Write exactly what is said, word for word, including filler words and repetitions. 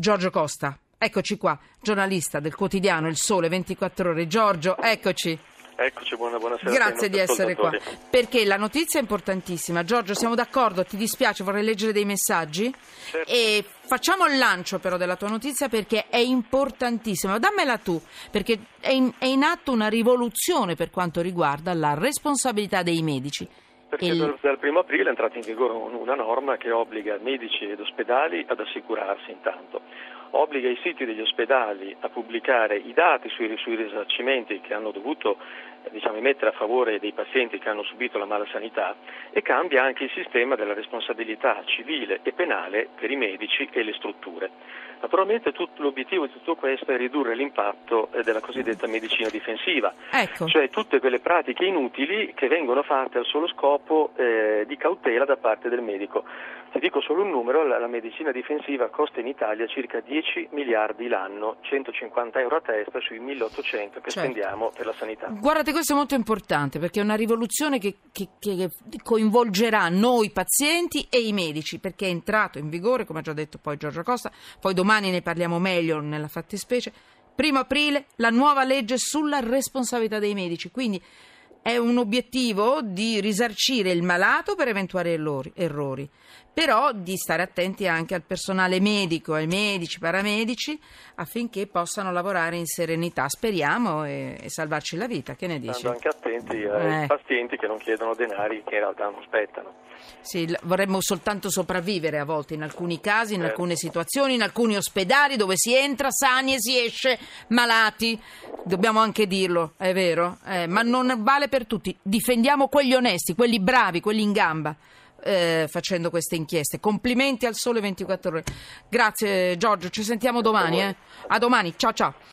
Giorgio Costa. Eccoci qua, giornalista del quotidiano Il Sole ventiquattro Ore. Giorgio, eccoci. Eccoci, buona, buonasera. Grazie di essere qua, perché la notizia è importantissima. Giorgio, siamo d'accordo? Ti dispiace? Vorrei leggere dei messaggi? Certo. E facciamo il lancio però della tua notizia, perché è importantissima. Dammela tu, perché è in, è in atto una rivoluzione per quanto riguarda la responsabilità dei medici. Perché Il... dal primo aprile è entrata in vigore una norma che obbliga medici ed ospedali ad assicurarsi intanto. Obbliga i siti degli ospedali a pubblicare i dati sui, sui risarcimenti che hanno dovuto eh, diciamo, emettere a favore dei pazienti che hanno subito la malasanità, e cambia anche il sistema della responsabilità civile e penale per i medici e le strutture. Naturalmente tutto, l'obiettivo di tutto questo è ridurre l'impatto eh, della cosiddetta medicina difensiva, ecco. Cioè tutte quelle pratiche inutili che vengono fatte al solo scopo eh, di cautela da parte del medico. Ti dico solo un numero: la, la medicina difensiva costa in Italia circa dieci miliardi l'anno, centocinquanta euro a testa sui milleottocento che certo. spendiamo per la sanità. Guardate, questo è molto importante, perché è una rivoluzione che, che, che coinvolgerà noi pazienti e i medici, perché è entrato in vigore, come ha già detto poi Giorgio Costa, poi domani ne parliamo meglio nella fattispecie. Primo aprile la nuova legge sulla responsabilità dei medici, quindi è un obiettivo di risarcire il malato per eventuali errori, errori, però di stare attenti anche al personale medico, ai medici, paramedici, affinché possano lavorare in serenità, speriamo, e, e salvarci la vita. Che ne dici? Stando anche attenti ai Eh. pazienti che non chiedono denari che in realtà non spettano. Sì, l- vorremmo soltanto sopravvivere a volte, in alcuni casi, in Certo. alcune situazioni, in alcuni ospedali dove si entra sani e si esce malati. Dobbiamo anche dirlo, è vero, eh, ma non vale per tutti. Difendiamo quelli onesti, quelli bravi, quelli in gamba, eh, facendo queste inchieste. Complimenti al Sole ventiquattro Ore. Grazie Giorgio, ci sentiamo domani. Eh. A domani, ciao ciao.